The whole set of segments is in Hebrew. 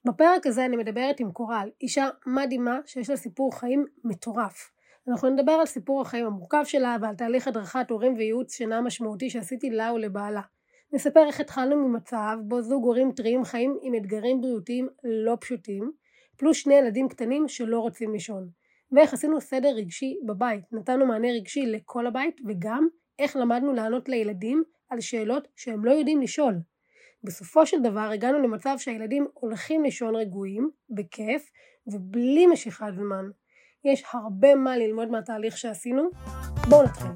בפרק הזה אני מדברת עם קורל, אישה מדהימה שיש לה סיפור חיים מטורף. אנחנו נדבר על סיפור החיים המורכב שלה ועל תהליך הדרכת הורים וייעוץ שינה משמעותי שעשיתי לה ולבעלה. נספר איך התחלנו ממצב בו זוג הורים טריים חיים עם אתגרים בריאותיים לא פשוטים, פלוס 2 ילדים קטנים שלא רוצים לישון. ואיך עשינו סדר רגשי בבית, נתנו מענה רגשי לכל הבית, וגם איך למדנו לענות לילדים על שאלות שהם לא יודעים לשאול. בסופו של דבר הגענו למצב שהילדים הולכים לישון רגועים, בכיף ובלי משיכת זמן. יש הרבה מה ללמוד מהתהליך שעשינו. בואו נתחיל.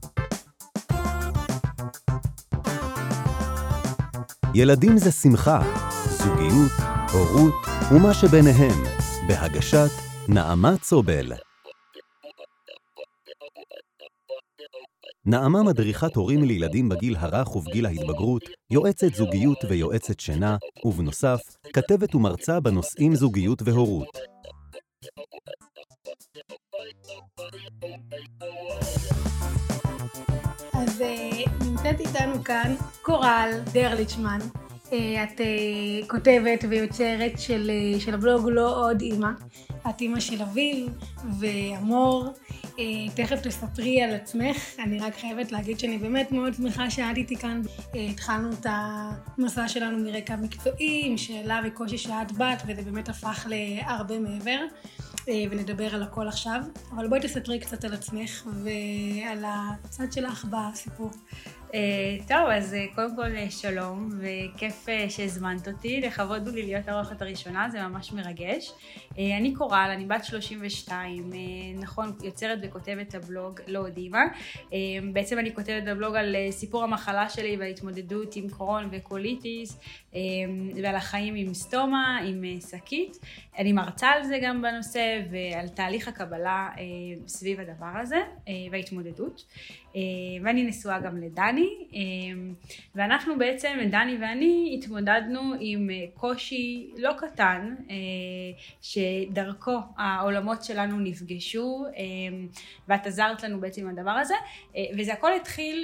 ילדים זה שמחה, זוגיות, הורות ומה שביניהם, בהגשת נעמה צובל. נעמה מדריכת הורים לילדים בגיל הרך ובגיל ההתבגרות, יועצת זוגיות ויועצת שינה, ובנוסף, כתבת ומרצה בנושאים זוגיות והורות. אז נמצאת איתנו כאן קורל דרליצ'מן. את כותבת ויוצרת של הבלוג לא עוד אמא. את אמא של אביב ואמור. תכף תספרי על עצמך. אני רק חייבת להגיד שאני באמת מאוד שמחה שאת איתי כאן. התחלנו את המסע שלנו מרקע מקצועי, עם שאלה וקושי שאת בת, וזה באמת הפך להרבה מעבר. ונדבר על הכל עכשיו. אבל בואי תספרי קצת על עצמך ועל הצד שלך בסיפור. טוב, אז קודם כל שלום, וכיף שהזמנת אותי. לכבוד הוא לי להיות האורחת הראשונה, זה ממש מרגש. אני קורל, אני בת 32, נכון, יוצרת וכותבת את הבלוג לא עוד אמא. בעצם אני כותבת בבלוג על סיפור המחלה שלי וההתמודדות עם קרון וקוליטיס, ועל החיים עם סטומה, עם שקית. אני מרצה על זה גם בנושא, ועל תהליך הקבלה סביב הדבר הזה, וההתמודדות. ואני נשואה גם לדני, ואנחנו בעצם, דני ואני, התמודדנו עם קושי לא קטן, שדרכו העולמות שלנו נפגשו, ואת עזרת לנו בעצם עם הדבר הזה, וזה הכל התחיל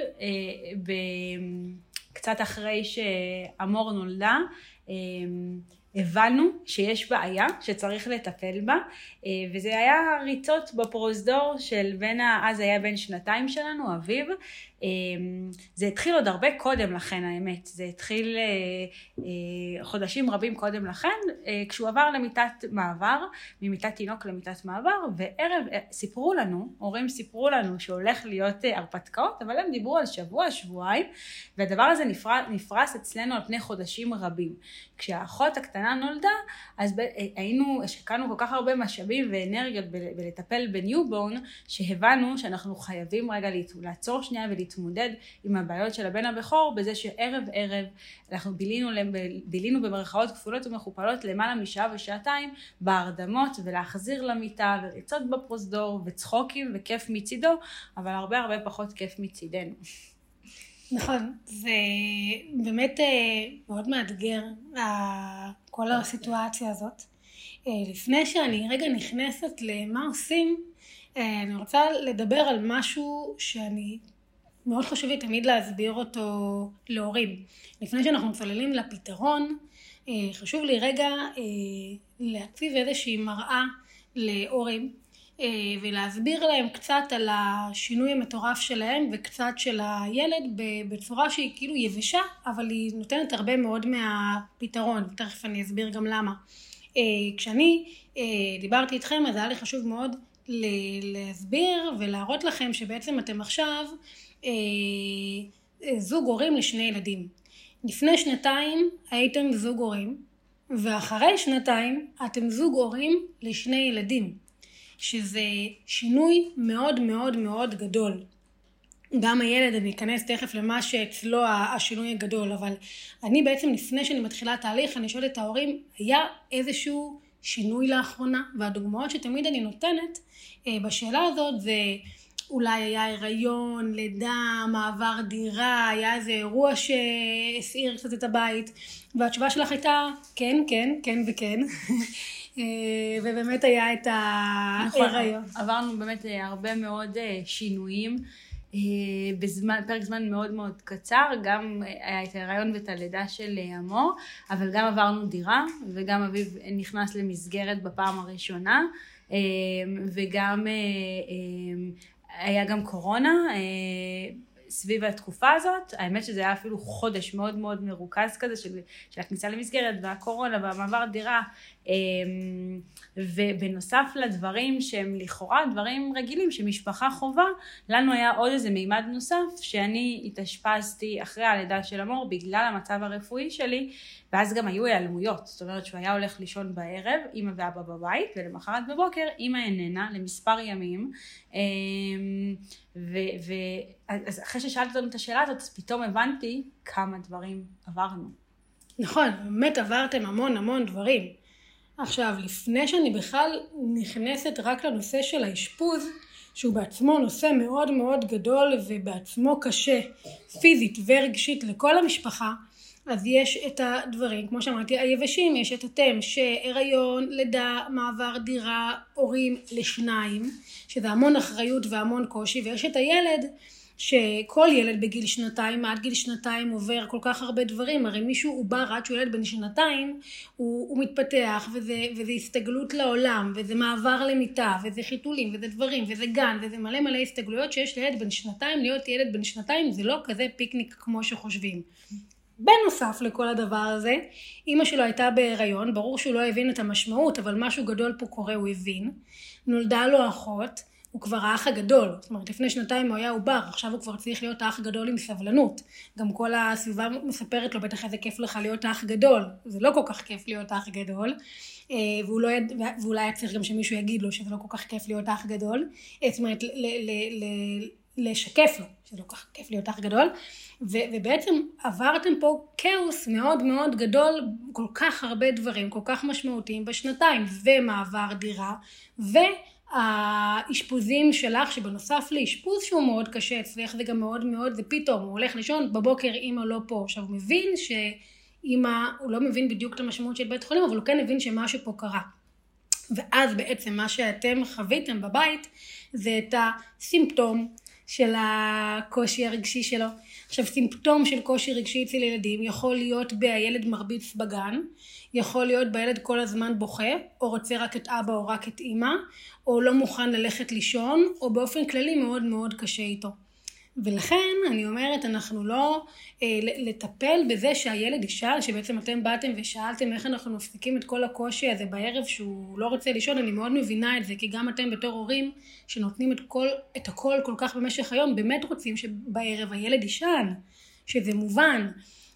קצת אחרי שאמור נולדה, הבנו שיש בעיה שצריך לטפל בה, וזה היה ריצות בפרוזדור של אז היה בן 2 שלנו, אביב. זה התחיל עוד הרבה קודם לכן, האמת. זה התחיל חודשים רבים קודם לכן, כשהוא עבר למיטת מעבר, ממיטת תינוק למיטת מעבר, וערב סיפרו לנו, הורים סיפרו לנו שהולך להיות הרפתקאות, אבל הם דיברו על שבוע, שבועיים, והדבר הזה נפרס אצלנו על פני חודשים רבים. כשהאחות הקטנה נולדה, אז השקענו כל כך הרבה משאבים ואנרגיות בלטפל בניובורן, שהבנו שאנחנו חייבים רגע לעצור שנייה ולהתמודד עם הבעיות של הבן הבכור, בזה שערב ערב אנחנו בילינו במרכאות כפולות ומכופלות למעלה משעה ושעתיים בהרדמות, ולהחזיר למיטה וריצות בפרוזדור וצחוקים וכיף מצידו, אבל הרבה הרבה פחות כיף מצידנו. נכון, זה באמת מאוד מאתגר כל הסיטואציה הזאת. לפני שאני רגע נכנסת למה עושים, אני רוצה לדבר על משהו שאני מאוד חשוב לי תמיד להסביר אותו להורים. לפני שאנחנו צוללים לפתרון, חשוב לי רגע להציב איזושהי מראה להורים, ולהסביר להם קצת על השינוי המטורף שלהם וקצת של הילד בצורה שהיא כאילו יבשה, אבל היא נותנת הרבה מאוד מהפתרון, ותכף אני אסביר גם למה. כשאני דיברתי איתכם, אז היה לי חשוב מאוד להסביר ולהראות לכם שבעצם אתם עכשיו זוג הורים ל2 ילדים. לפני 2 הייתם זוג הורים, ואחרי 2 אתם זוג הורים ל2 ילדים, שזה שינוי מאוד מאוד מאוד גדול. גם הילד, אני אכנס תכף למה שאצלו השינוי הגדול, אבל אני בעצם לפני שאני מתחילה תהליך, אני שואלת את ההורים, היה איזשהו שינוי לאחרונה? והדוגמאות שתמיד אני נותנת בשאלה הזאת זה אולי היה הריון, לידה, מעבר דירה, היה איזה אירוע שהסעיר קצת את הבית, והתשובה שלך הייתה כן, כן, כן וכן. ובאמת היה את ההיריון. עברנו באמת הרבה מאוד שינויים, פרק זמן מאוד מאוד קצר, גם היה את ההיריון ואת הלידה של אמור, אבל גם עברנו דירה, וגם אביב נכנס למסגרת בפעם הראשונה, וגם היה גם קורונה, סביב התקופה הזאת. האמת שזה היה אפילו חודש מאוד מאוד מרוכז כזה של הכניסה למסגרת והקורונה והמעבר דירה, ובנוסף לדברים שהם לכאורה דברים רגילים שמשפחה חובה, לנו היה עוד איזה מימד נוסף שאני התאשפזתי אחרי הלידה של אמור בגלל המצב הרפואי שלי, ואז גם היו העלמויות, זאת אומרת שהוא היה הולך לישון בערב, אמא ואבא בבית, ולמחרת בבוקר אמא איננה למספר ימים, אז אחרי ששאלת אותנו את השאלה הזאת, אז פתאום הבנתי כמה דברים עברנו. נכון, באמת עברתם המון המון דברים. עכשיו, לפני שאני בכלל נכנסת רק לנושא של האשפוז, שהוא בעצמו נושא מאוד מאוד גדול ובעצמו קשה, פיזית ורגשית לכל המשפחה, אז יש את הדברים, כמו שאמרתי, היבשים, יש את אתם, שהיריון, לידה, מעבר דירה, הורים לשניים, שזה המון אחריות והמון קושי, ויש את הילד, שכל ילד בגיל שנתיים, עד גיל שנתיים עובר כל כך הרבה דברים, הרי מישהו הוא בא רק שהוא ילד בן שנתיים, הוא מתפתח, וזה הסתגלות לעולם, וזה מעבר למיטה, וזה חיתולים, וזה דברים, וזה גן, וזה מלא מלא הסתגלויות שיש לילד בן שנתיים, להיות ילד בן שנתיים זה לא כזה פיקניק כמו שחושבים. בנוסף לכל הדבר הזה, אמא שלו הייתה בהיריון, ברור שהוא לא הבין את המשמעות, אבל משהו גדול פה קורה, הוא הבין. נולדה לו אחות, הוא כבר האח הגדול, זאת אומרת לפני שנתיים הוא היה עובר, עכשיו הוא כבר צריך להיות האח גדול עם סבלנות. גם כל הסביבה מספרת לו, בטח איזה כיף לך להיות האח גדול, זה לא כל כך כיף להיות האח גדול, ואולי היה צריך גם שמישהו יגיד לו שזה לא כל כך כיף להיות האח גדול, זאת אומרת לשקף לו שזה לא כל כך כיף להיות אח גדול, ובעצם עברתם פה כאוס מאוד מאוד גדול, כל כך הרבה דברים, כל כך משמעותיים בשנתיים, ומעבר דירה, והאשפוזים שלך, שבנוסף לאשפוז שהוא מאוד קשה, אצלך זה גם מאוד מאוד, זה פתאום, הוא הולך לישון, בבוקר אמא לא פה, עכשיו הוא מבין שאמא, הוא לא מבין בדיוק את המשמעות של בית חולים, אבל הוא כן מבין שמשהו פה קרה. ואז בעצם מה שאתם חוויתם בבית, זה את הסימפטום, של הקושי הרגשי שלו. עכשיו, סימפטום של קושי רגשי אצל ילדים יכול להיות בילד מרביץ בגן, יכול להיות בילד כל הזמן בוכה, או רוצה רק את אבא או רק את אמא, או לא מוכן ללכת לישון, או באופן כללי מאוד מאוד קשה איתו. ולכן אני אומרת, אנחנו לא לטפל בזה שהילד ישאל, שבעצם אתם באתם ושאלתם איך אנחנו מפסיקים את כל הקושי הזה בערב שהוא לא רוצה לישון, אני מאוד מבינה את זה, כי גם אתם בתור הורים שנותנים את הכל כל כך במשך היום, באמת רוצים שבערב הילד ישן, שזה מובן,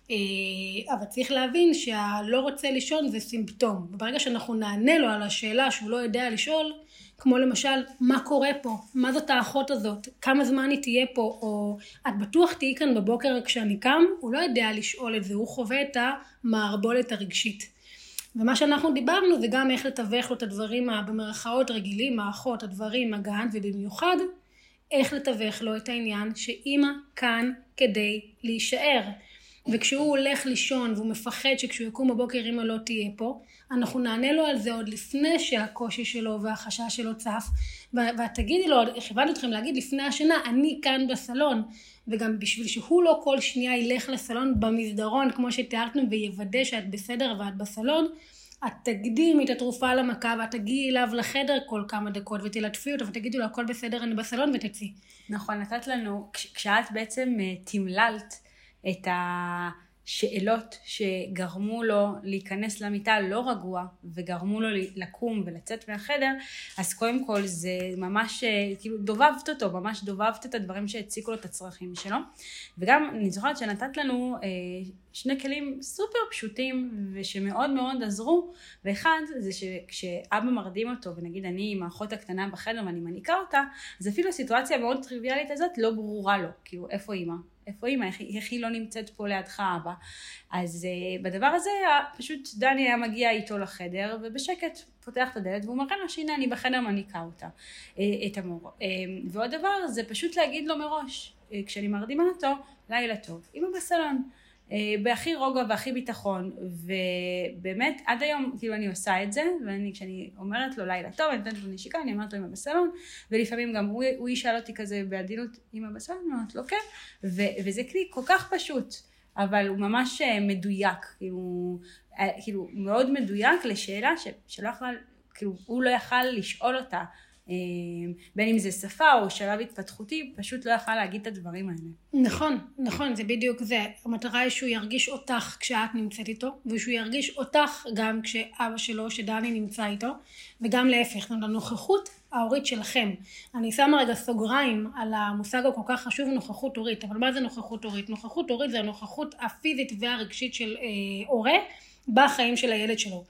אבל צריך להבין שהלא רוצה לישון זה סימפטום, וברגע שאנחנו נענה לו על השאלה שהוא לא יודע לשאול, כמו למשל, מה קורה פה? מה זאת האחות הזאת? כמה זמן היא תהיה פה? או את בטוח תהיי כאן בבוקר כשאני קם? הוא לא יודע לשאול את זה, הוא חווה את המערבולת הרגשית. ומה שאנחנו דיברנו זה גם איך לתווך לו את הדברים במרכאות רגילים, האחות, הדברים, הגן, ובמיוחד איך לתווך לו את העניין שאמא כאן כדי להישאר. וכשהוא הולך לישון והוא מפחד שכשהוא יקום בבוקר אמא לא תהיה פה, אנחנו נענה לו על זה עוד לפני שהקושי שלו והחשש שלו צף, ותגידי לו, כיוונתי אתכם להגיד לפני השינה, אני כאן בסלון, וגם בשביל שהוא לא כל שנייה ילך לסלון במסדרון, כמו שתיארתנו, ויוודא שאת בסדר ואת בסלון, את תקדימי את התרופה למכה, ואת תגיעי אליו לחדר כל כמה דקות, ותלטפי אותו, ותגידי לו, הכל בסדר, אני בסלון, ותצאי. נכון, נתת לנו, כשאת בעצם תמללת את השאלות שגרמו לו להיכנס למיטה לא רגוע, וגרמו לו לקום ולצאת מהחדר, אז קודם כל זה ממש, כאילו דובבת אותו, ממש דובבת את הדברים שהציקו לו את הצרכים שלו, וגם אני זוכרת שנתת לנו שני כלים סופר פשוטים, ושמאוד מאוד עזרו, ואחד זה שכשאבא מרדים אותו, ונגיד אני עם האחות הקטנה בחדר ואני מניקה אותה, אז אפילו הסיטואציה המאוד טריוויאלית הזאת לא ברורה לו, כאילו איפה אמא? איפה אמא? איך היא לא נמצאת פה לידך אבא? אז בדבר הזה פשוט דני היה מגיע איתו לחדר, ובשקט פותח את הדלת, והוא מראה לו שהנה אני בחדר מניקה אותה, את אמור. ועוד דבר זה פשוט להגיד לו מראש, כשאני מרדימה אותו, לילה טוב, אמא בסלון. בהכי רוגע והכי ביטחון, ובאמת עד היום כאילו אני עושה את זה, וכשאני אומרת לו לילה טוב, אני נותנת לו נשיקה, אני אומרת לו אמא בסלון, ולפעמים גם הוא ישאל אותי כזה בעדינות אמא בסלון, אני אומרת לו כן, וזה כלי כל כך פשוט, אבל הוא ממש מדויק, כאילו מאוד מדויק לשאלה שלא יכלה, כאילו הוא לא יכל לשאול אותה, בין אם זה שפה או שלב התפתחותי, פשוט לא יכל להגיד את הדברים האלה. נכון, זה בדיוק זה. המטרה היא שהוא ירגיש אותך כשאת נמצאת איתו, ושהוא ירגיש אותך גם כשאבא שלו, שדני נמצא איתו, וגם להפך, הנוכחות ההורית שלכם. אני שמה רגע סוגריים על המושג הכל כך חשוב, נוכחות הורית. אבל מה זה נוכחות הורית? נוכחות הורית זה הנוכחות הפיזית והרגשית של הורה בחיים של הילד שלו.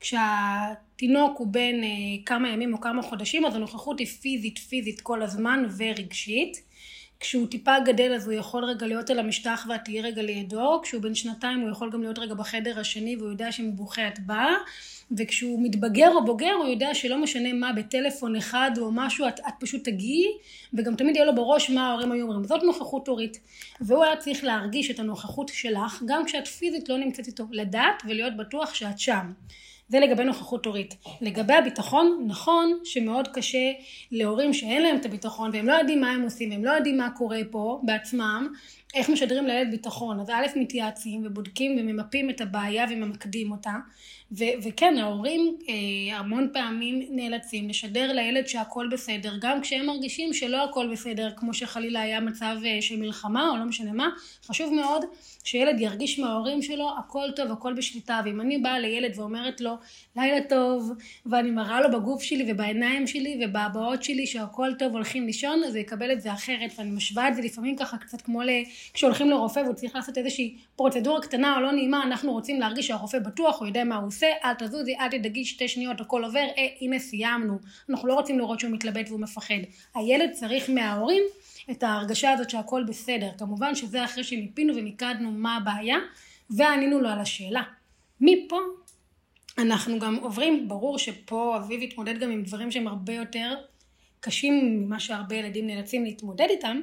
כשהתינוק הוא בין כמה ימים או כמה חודשים, אז הנוכחות היא פיזית כל הזמן ורגשית. כשהוא טיפה גדל אז הוא יכול רגע להיות על המשטח ואת תהיה רגע לידו. כשהוא בן 2 הוא יכול גם להיות רגע בחדר השני והוא יודע שמבוכה את באה. וכשהוא מתבגר או בוגר הוא יודע שלא משנה מה בטלפון אחד או משהו את פשוט תגיעי. וגם תמיד יהיה לו בראש מה ההורים היו אומרים. זאת נוכחות הורית. והוא היה צריך להרגיש את הנוכחות שלך גם כשאת פיזית לא נמצאת איתו. לדעת ולהיות בטוח שאת שם. זה לגבי נוכחות הורית. לגבי הביטחון, נכון שמאוד קשה להורים שאין להם את הביטחון, והם לא יודעים מה הם עושים, הם לא יודעים מה קורה פה בעצמם, איך משדרים לילד ביטחון. אז א' מתייעצים ובודקים וממפים את הבעיה וממקדים אותה, וכן, ההורים המון פעמים נאלצים לשדר לילד שהכל בסדר, גם כשהם מרגישים שלא הכל בסדר, כמו שחלילה היה מצב של מלחמה או לא משנה מה. חשוב מאוד שילד ירגיש מההורים שלו הכל טוב, הכל בשליטה. ואם אני באה לילד ואומרת לו לילה טוב, ואני מראה לו בגוף שלי ובעיניים שלי ובהבעות שלי שהכל טוב, הולכים לישון, אז הוא יקבל את זה אחרת. ואני משווה את זה לפעמים ככה קצת כמו כשהולכים לרופא והוא צריך לעשות איזושהי פרוצדורה קטנה או לא נעימה, אנחנו רוצים להרגיש שהרופא בטוח, הוא יודע מה הוא עושה, אל תזוזי, אל תדאגי 2 שניות, הכל עובר, הנה סיימנו. אנחנו לא רוצים לראות שהוא מתלבט והוא מפחד. הילד צריך מההורים את ההרגשה הזאת שהכל בסדר. כמובן שזה אחרי שמיפינו ומיקדנו מה הבעיה, וענינו לו על השאלה. מפה אנחנו גם עוברים, ברור שפה אביב התמודד גם עם דברים שהם הרבה יותר קשים ממה שהרבה ילדים נאלצים להתמודד איתם,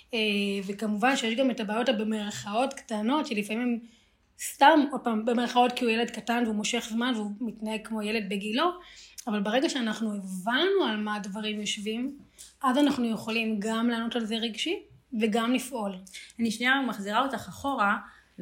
וכמובן שיש גם את הבעיות במרכאות קטנות, שלפעמים הם סתם, עוד פעם, במרכאות כי הוא ילד קטן והוא מושך זמן והוא מתנהג כמו ילד בגילו, אבל ברגע שאנחנו הבנו על מה הדברים יושבים, אז אנחנו יכולים גם לענות על זה רגשי וגם לפעול. אני שנייה מחזירה אותך אחורה,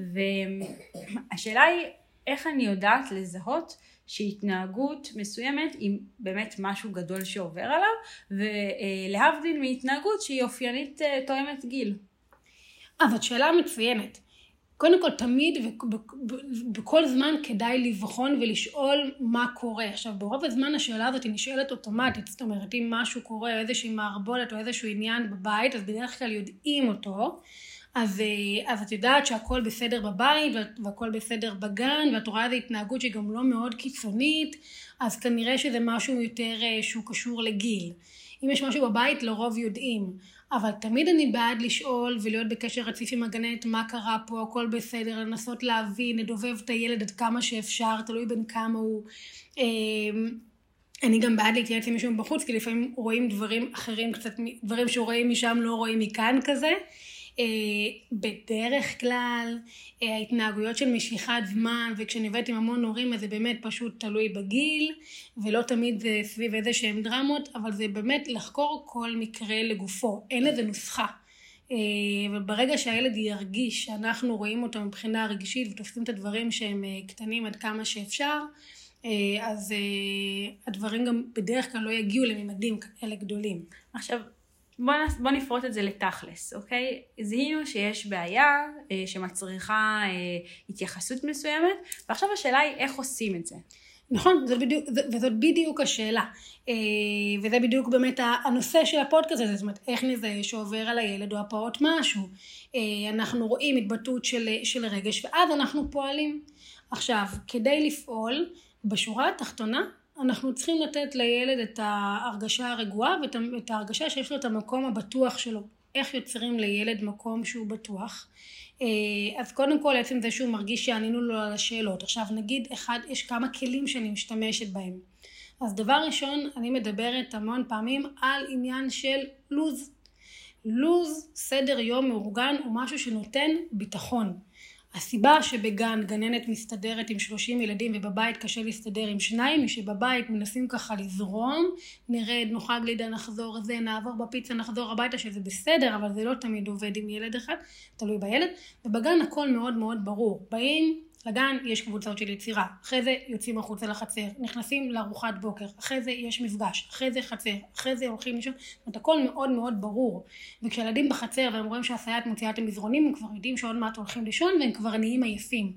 והשאלה היא איך אני יודעת לזהות שהתנהגות מסוימת היא באמת משהו גדול שעובר עליו, ולהבדיל מהתנהגות שהיא אופיינית תואמת גיל. זאת שאלה מצוינת. קודם כל, תמיד ובכל זמן כדאי לבחון ולשאול מה קורה. עכשיו, ברוב הזמן השאלה הזאת היא נשאלת אוטומטית. זאת אומרת, אם משהו קורה, איזושהי מערבולת או איזשהו עניין בבית, אז בדרך כלל יודעים אותו. אז את יודעת שהכל בסדר בבית והכל בסדר בגן, ואת רואה איזו התנהגות שגם לא מאוד קיצונית, אז כנראה שזה משהו יותר שהוא קשור לגיל. אם יש משהו בבית, לרוב יודעים. אבל תמיד אני בעד לשאול ולהיות בקשר רציף עם הגננת, מה קרה פה, הכל בסדר, לנסות להבין, לדובב את הילד עד כמה שאפשר, תלוי בין כמה הוא. אני גם בעד להתייעץ עם מישהו בחוץ, כי לפעמים רואים דברים אחרים, קצת דברים שרואים משם לא רואים מכאן כזה. בדרך כלל ההתנהגויות של משיכת זמן, וכשאני עובדת עם המון הורים אז זה באמת פשוט תלוי בגיל, ולא תמיד זה סביב איזה שהם דרמות, אבל זה באמת לחקור כל מקרה לגופו, אין איזה נוסחה. וברגע שהילד ירגיש שאנחנו רואים אותו מבחינה רגשית ותופסים את הדברים שהם קטנים עד כמה שאפשר, אז הדברים גם בדרך כלל לא יגיעו לממדים כאלה גדולים. עכשיו בוא נפרוט את זה לתכלס, אוקיי? זיהינו שיש בעיה שמצריכה התייחסות מסוימת, ועכשיו השאלה היא איך עושים את זה. נכון, וזאת בדיוק השאלה, וזה בדיוק באמת הנושא של הפודקאסט הזה, זאת אומרת, איך נזהה שעובר על הילד או הפעוט משהו. אנחנו רואים התבטאות של רגש, ואז אנחנו פועלים. עכשיו, כדי לפעול, בשורה התחתונה, אנחנו צריכים לתת לילד את ההרגשה הרגועה ואת ההרגשה שיש לו את המקום הבטוח שלו. איך יוצרים לילד מקום שהוא בטוח? אז קודם כל, עצם זה שהוא מרגיש שענינו לו על השאלות. עכשיו נגיד, יש כמה כלים שאני משתמשת בהם. אז דבר ראשון, אני מדברת המון פעמים על עניין של לוז. לוז, סדר יום מאורגן, הוא משהו שנותן ביטחון. הסיבה שבגן גננת מסתדרת עם 30 ילדים ובבית קשה להסתדר עם 2, היא שבבית מנסים ככה לזרום, נרד, נאכל גלידה, נחזור זה, נעבור בפיצה, נחזור הביתה, שזה בסדר, אבל זה לא תמיד עובד עם ילד אחד, תלוי בילד, ובגן הכל מאוד מאוד ברור. באים לגן, יש קבוצות של יצירה, אחרי זה יוצאים החוצה לחצר, נכנסים לארוחת בוקר, אחרי זה יש מפגש, אחרי זה חצר, אחרי זה הולכים לישון, זאת אומרת, הכל מאוד מאוד ברור. וכשילדים בחצר והם רואים שהסייעת מוציאה את המזרונים, הם כבר יודעים שעוד מעט הולכים לישון והם כבר נהיים עייפים.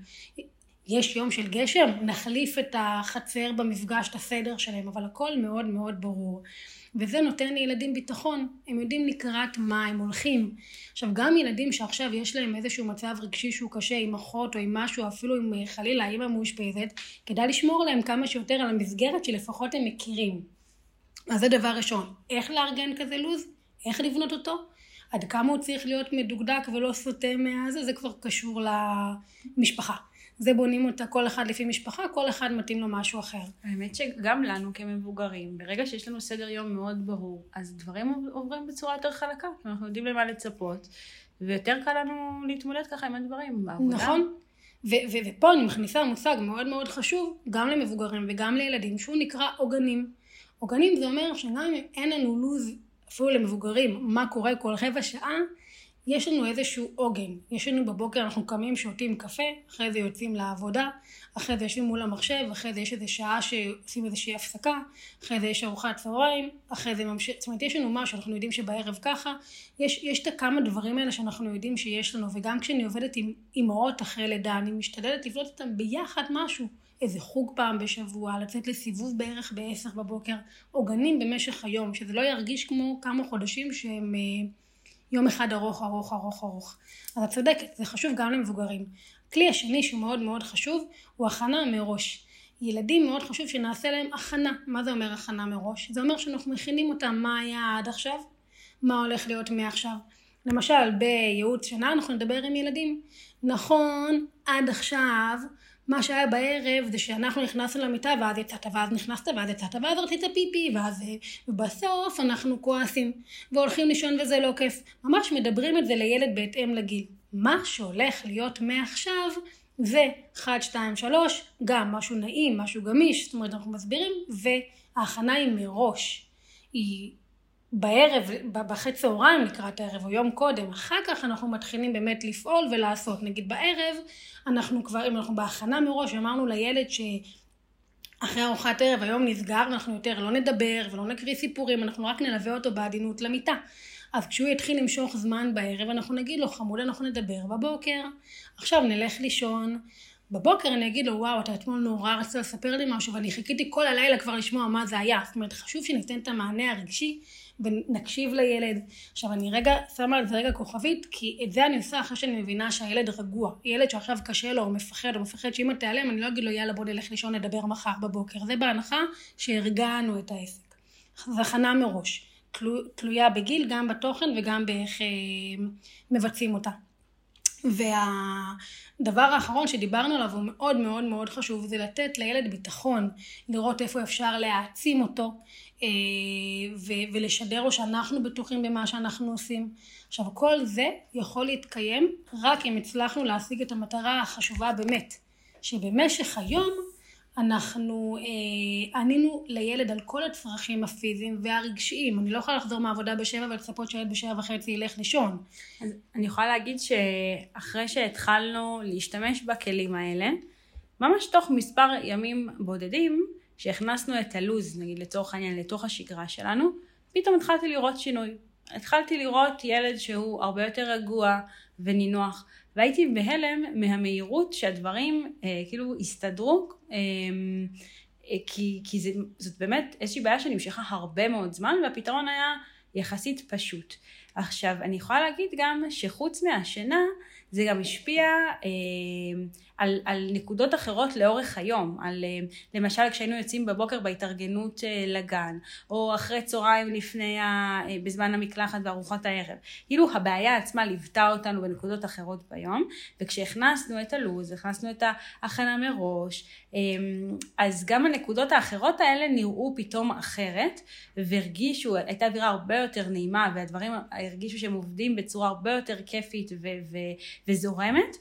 יש יום של גשם, נחליף את החצר במפגש, את הסדר שלהם, אבל הכל מאוד מאוד ברור. וזה נותן לילדים ביטחון, הם יודעים לקראת מה הם הולכים. עכשיו גם ילדים שעכשיו יש להם איזשהו מצב רגשי שהוא קשה עם אחות או עם משהו, אפילו עם חלילה אמא מאושפזת, כדאי לשמור להם כמה שיותר על המסגרת שלפחות הם מכירים. אז זה דבר ראשון, איך לארגן כזה לוז? איך לבנות אותו? עד כמה הוא צריך להיות מדוקדק ולא סוטה מהזה, זה כבר קשור למשפחה. זה בונים אותה כל אחד לפי משפחה, כל אחד מתאים לו משהו אחר. האמת שגם לנו כמבוגרים, ברגע שיש לנו סדר יום מאוד ברור, אז דברים עוברים בצורה יותר חלקה. אנחנו יודעים למה לצפות, ויותר קל לנו להתמודד ככה עם הדברים בעבודה. נכון. ופה אני מכניסה מושג מאוד מאוד חשוב, גם למבוגרים וגם לילדים, שהוא נקרא עוגנים. עוגנים זה אומר שגם אם אין לנו לוז, אפילו למבוגרים, מה קורה כל רבע שעה, יש לנו איזשהו עוגן. יש לנו בבוקר, אנחנו קמים, שותים קפה, אחרי זה יוצאים לעבודה, אחרי זה יושבים מול המחשב, אחרי זה יש איזו שעה שעושים איזושהי הפסקה, אחרי זה יש ארוחת צהריים, אחרי זה ממשיך, זאת אומרת, יש לנו משהו, אנחנו יודעים שבערב ככה, יש את כמה דברים האלה שאנחנו יודעים שיש לנו, וגם כשאני עובדת עם אמהות אחרי לידה, אני משתדלת לבנות אותם ביחד משהו, איזה חוג פעם בשבוע, לצאת לסיבוב בערך ב-10 בבוקר, עוגנים במשך היום, שזה לא ירגיש כמו כמה חודשים שהם יום אחד ארוך. אז את צודקת, זה חשוב גם למבוגרים. הכלי השני שהוא מאוד מאוד חשוב, הוא הכנה מראש. ילדים מאוד חשוב שנעשה להם הכנה. מה זה אומר הכנה מראש? זה אומר שאנחנו מכינים אותם מה היה עד עכשיו, מה הולך להיות מעכשיו. למשל, בייעוץ שנה אנחנו נדבר עם ילדים. נכון, עד עכשיו, מה שהיה בערב זה שאנחנו נכנסנו למיטה ואז יצאת, ואז נכנסת ואז יצאת, ואז רצית פיפי, ובסוף אנחנו כועסים והולכים לישון וזה לא כיף. ממש מדברים את זה לילד בהתאם לגיל. מה שהולך להיות מעכשיו זה 1, 2, 3, גם משהו נעים, משהו גמיש, זאת אומרת אנחנו מסבירים, וההכנה היא מראש. היא בערב, בחצי צהריים לקראת הערב או יום קודם, אחר כך אנחנו מתחילים באמת לפעול ולעשות. נגיד בערב, אנחנו כבר, אם אנחנו בהכנה מראש, אמרנו לילד שאחרי ארוחת ערב היום נסגר, אנחנו יותר לא נדבר ולא נקריא סיפורים, אנחנו רק נלווה אותו בעדינות למיטה. אז כשהוא יתחיל למשוך זמן בערב, אנחנו נגיד לו, חמוד, אנחנו נדבר בבוקר, עכשיו נלך לישון. בבוקר אני אגיד לו, וואו, אתה אתמול נורא רצית לספר לי משהו, ואני חיכיתי כל הלילה כבר לשמוע מה זה היה. זאת אומרת, חשוב שניתן את המענה הרגשי, ונקשיב לילד. עכשיו אני רגע שמה על זה רגע כוכבית, כי את זה אני עושה אחרי שאני מבינה שהילד רגוע. ילד שעכשיו קשה לו, או מפחד שאמא תיעלם, אני לא אגיד לו יאללה בוא נלך לישון נדבר מחר בבוקר. זה בהנחה שהרגענו את העסק. זה הכנה מראש. תלויה בגיל, גם בתוכן וגם באיך מבצעים אותה. והדבר האחרון שדיברנו עליו הוא מאוד מאוד מאוד חשוב, זה לתת לילד ביטחון, לראות איפה אפשר להעצים אותו, ולשדר לו שאנחנו בטוחים במה שאנחנו עושים. עכשיו כל זה יכול להתקיים רק אם הצלחנו להשיג את המטרה החשובה באמת, שבמשך היום אנחנו ענינו לילד על כל הצרכים הפיזיים והרגשיים. אני לא יכולה לחזור מהעבודה ב7 ולצפות שילד ב7:30 ילך לישון. אז אני יכולה להגיד שאחרי שהתחלנו להשתמש בכלים האלה, ממש תוך מספר ימים בודדים, שהכנסנו את הלוז, נגיד לצורך העניין, לתוך השגרה שלנו, פתאום התחלתי לראות שינוי. התחלתי לראות ילד שהוא הרבה יותר רגוע ונינוח, והייתי בהלם מהמהירות שהדברים כאילו הסתדרו, כי זאת באמת איזושהי בעיה שנמשכה הרבה מאוד זמן, והפתרון היה יחסית פשוט. עכשיו, אני יכולה להגיד גם שחוץ מהשינה, זה גם השפיע על נקודות אחרות לאורך היום, למשל כשהיינו יוצאים בבוקר בהתארגנות לגן, או אחרי צהריים בזמן המקלחת וארוחת הערב. כאילו הבעיה עצמה ליוותה אותנו בנקודות אחרות ביום, וכשהכנסנו את הלוז, הכנסנו את ההכנה מראש, אז גם הנקודות האחרות האלה נראו פתאום אחרת, והרגישו, הייתה אווירה הרבה יותר נעימה, והדברים הרגישו שהם עובדים בצורה הרבה יותר כיפית וזורמת,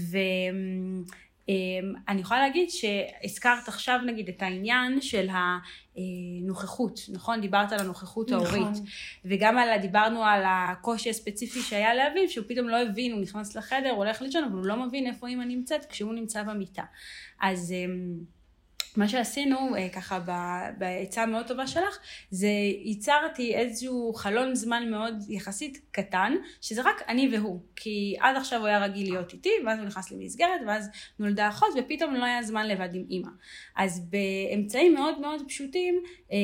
אני יכולה להגיד שהזכרת עכשיו נגיד את העניין של הנוכחות, נכון? דיברת על הנוכחות ההורית, וגם דיברנו על הקושי הספציפי שהיה לאביב, שהוא פתאום לא הבין, הוא נכנס לחדר, הוא הולך לישון, אבל הוא לא מבין איפה אמא נמצאת כשהוא נמצא במיטה. אז מה שעשינו ככה בעצה מאוד טובה שלך, זה ייצרתי איזשהו חלון זמן מאוד יחסית קטן, שזה רק אני והוא, כי עד עכשיו הוא היה רגיל להיות איתי, ואז הוא נכנס למסגרת, ואז נולדה אחות, ופתאום לא היה זמן לבד עם אמא. אז באמצעים מאוד מאוד פשוטים,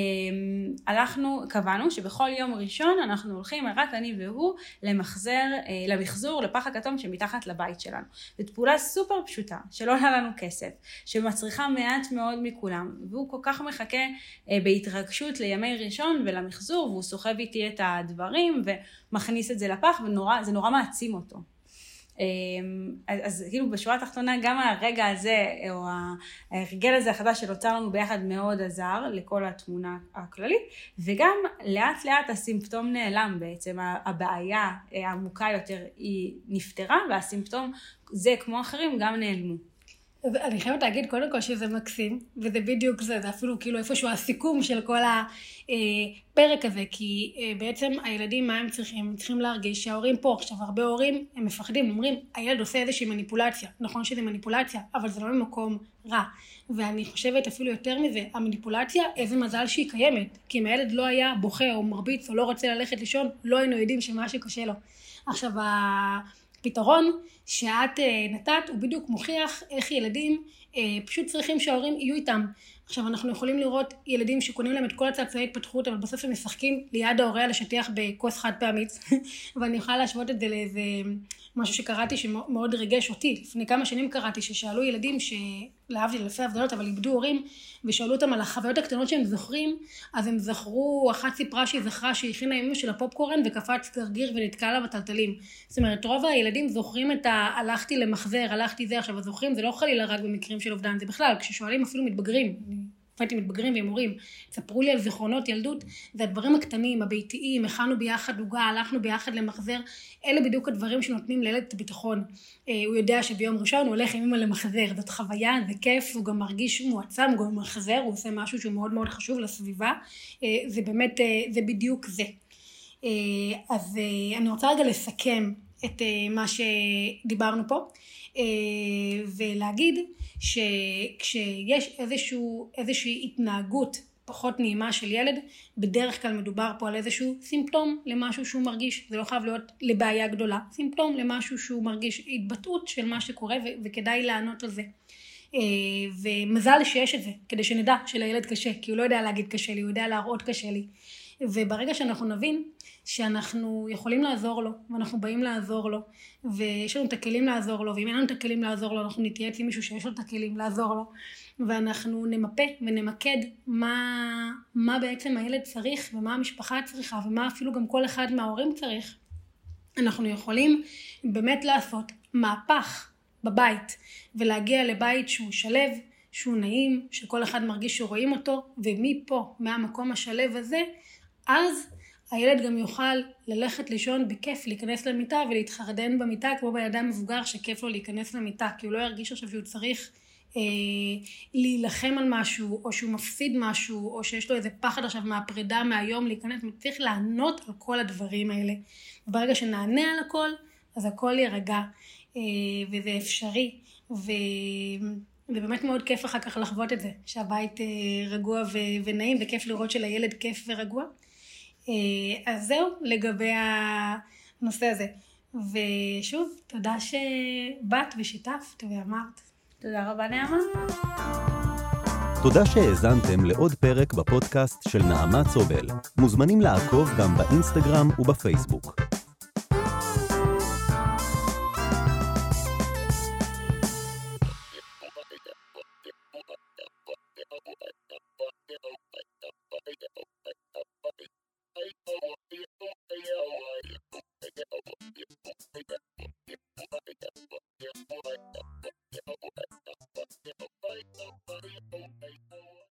קבענו שבכל יום ראשון אנחנו הולכים, רק אני והוא, למחזור, לפח הכתום שמתחת לבית שלנו. זאת פעולה סופר פשוטה, שלא עולה לנו כסף, שמצריכה מעט מאוד מכולם, והוא כל כך מחכה בהתרגשות לימי ראשון ולמחזור, והוא סוחב איתי את הדברים ומכניס את זה לפח, וזה נורא מעצים אותו. אז כאילו בשורה התחתונה גם הרגע הזה, או הרגל הזה החדש שנוצר לנו ביחד מאוד עזר לכל התמונה הכללית, וגם לאט לאט הסימפטום נעלם בעצם, הבעיה העמוקה יותר היא נפתרה, והסימפטום זה כמו אחרים גם נעלמו. אני חייבת להגיד קודם כל שזה מקסים, וזה בדיוק זה אפילו כאילו איפשהו הסיכום של כל הפרק הזה, כי בעצם הילדים מה הם צריכים? הם צריכים להרגיש שההורים פה, עכשיו הרבה הורים הם מפחדים, אומרים הילד עושה איזושהי מניפולציה, נכון שזה מניפולציה, אבל זה לא ממקום רע, ואני חושבת אפילו יותר מזה, המניפולציה איזה מזל שהיא קיימת, כי אם הילד לא היה בוכה או מרביץ או לא רוצה ללכת לישון, לא היינו יודעים שמשהו קשה לו. עכשיו הפתרון שאת נתת הוא בדיוק מוכיח איך ילדים פשוט צריכים שההורים יהיו איתם. עכשיו אנחנו יכולים לראות ילדים שקונים להם את כל הצעצועי התפתחות, אבל בסוף הם משחקים ליד ההורה על השטיח בכוס חד פעמית, ואני יכולה להשוות את זה לאיזה משהו שקראתי שמאוד ריגש אותי. לפני כמה שנים קראתי ששאלו ילדים שלהבדיל אלפי הבדלות אבל איבדו הורים, ושאלו אותם על החוויות הקטנות שהם זוכרים, אז הם זכרו, אחת סיפרה שהיא זכרה שהכינה אימא של הפופקורן וקפץ גרגיר ונתקע לה בטלטלים. זאת אומרת, רוב הילדים זוכרים את הלכתי למחזר, הלכתי זה, עכשיו הזוכרים, זה לא חלילה רק במקרים של אובדן, זה בכלל, כששואלים אפילו מתבגרים, הייתי מתבגרים והם הורים, תספרו לי על זיכרונות ילדות, זה הדברים הקטנים, הביתיים, הכנו ביחד עוגה, הלכנו ביחד למחזר, אלה בדיוק הדברים שנותנים לילד את הביטחון. הוא יודע שביום ראשון הוא הולך עם אמא למחזר, זאת חוויה, זה כיף, הוא גם מרגיש מועצם, הוא גם מחזר, הוא עושה משהו שהוא מאוד מאוד חשוב לסביבה, זה באמת, זה בדיוק זה. אז אני רוצה רגע לסכם את מה שדיברנו פה, ולהגיד שכשיש איזושהי התנהגות פחות נעימה של ילד, בדרך כלל מדובר פה על איזשהו סימפטום למשהו שהוא מרגיש, זה לא חייב להיות לבעיה גדולה, סימפטום למשהו שהוא מרגיש, התבטאות של מה שקורה וכדאי לענות על זה. ומזל שיש את זה, כדי שנדע שלילד קשה, כי הוא לא יודע להגיד קשה לי, הוא יודע להראות קשה לי. וברגע שאנחנו נבין שאנחנו יכולים לעזור לו, ואנחנו באים לעזור לו, ויש לנו את הכלים לעזור לו, ואם אין לנו את הכלים לעזור לו, אנחנו נתייעץ עם מישהו שיש לו את הכלים לעזור לו, ואנחנו נמפה ונמקד מה בעצם הילד צריך, ומה המשפחה צריכה, ומה אפילו גם כל אחד מההורים צריך. אנחנו יכולים באמת לעשות מהפך בבית, ולהגיע לבית שהוא שלב, שהוא נעים, שכל אחד מרגיש שרואים אותו, ומפה, מהמקום השלב הזה, אז הילד גם יוכל ללכת לישון בכיף, להיכנס למיטה ולהתחרדן במיטה, כמו בידם מבוגר שכיף לו להיכנס למיטה, כי הוא לא ירגיש עכשיו שהוא צריך להילחם על משהו, או שהוא מפסיד משהו, או שיש לו איזה פחד עכשיו מהפרידה מהיום להיכנס, צריך לענות על כל הדברים האלה. וברגע שנענה על הכל, אז הכל יירגע, וזה אפשרי, ובאמת מאוד כיף אחר כך לחוות את זה, שהבית רגוע ונעים, וכיף לראות שלילד כיף ורגוע. אז זהו לגבי הנושא הזה. ושוב, תודה שבאת ושיתפת ואמרת. תודה רבה נעמה. תודה שהאזנתם לעוד פרק בפודקאסט של נעמה צובל. מוזמנים לעקוב גם באינסטגרם ובפייסבוק.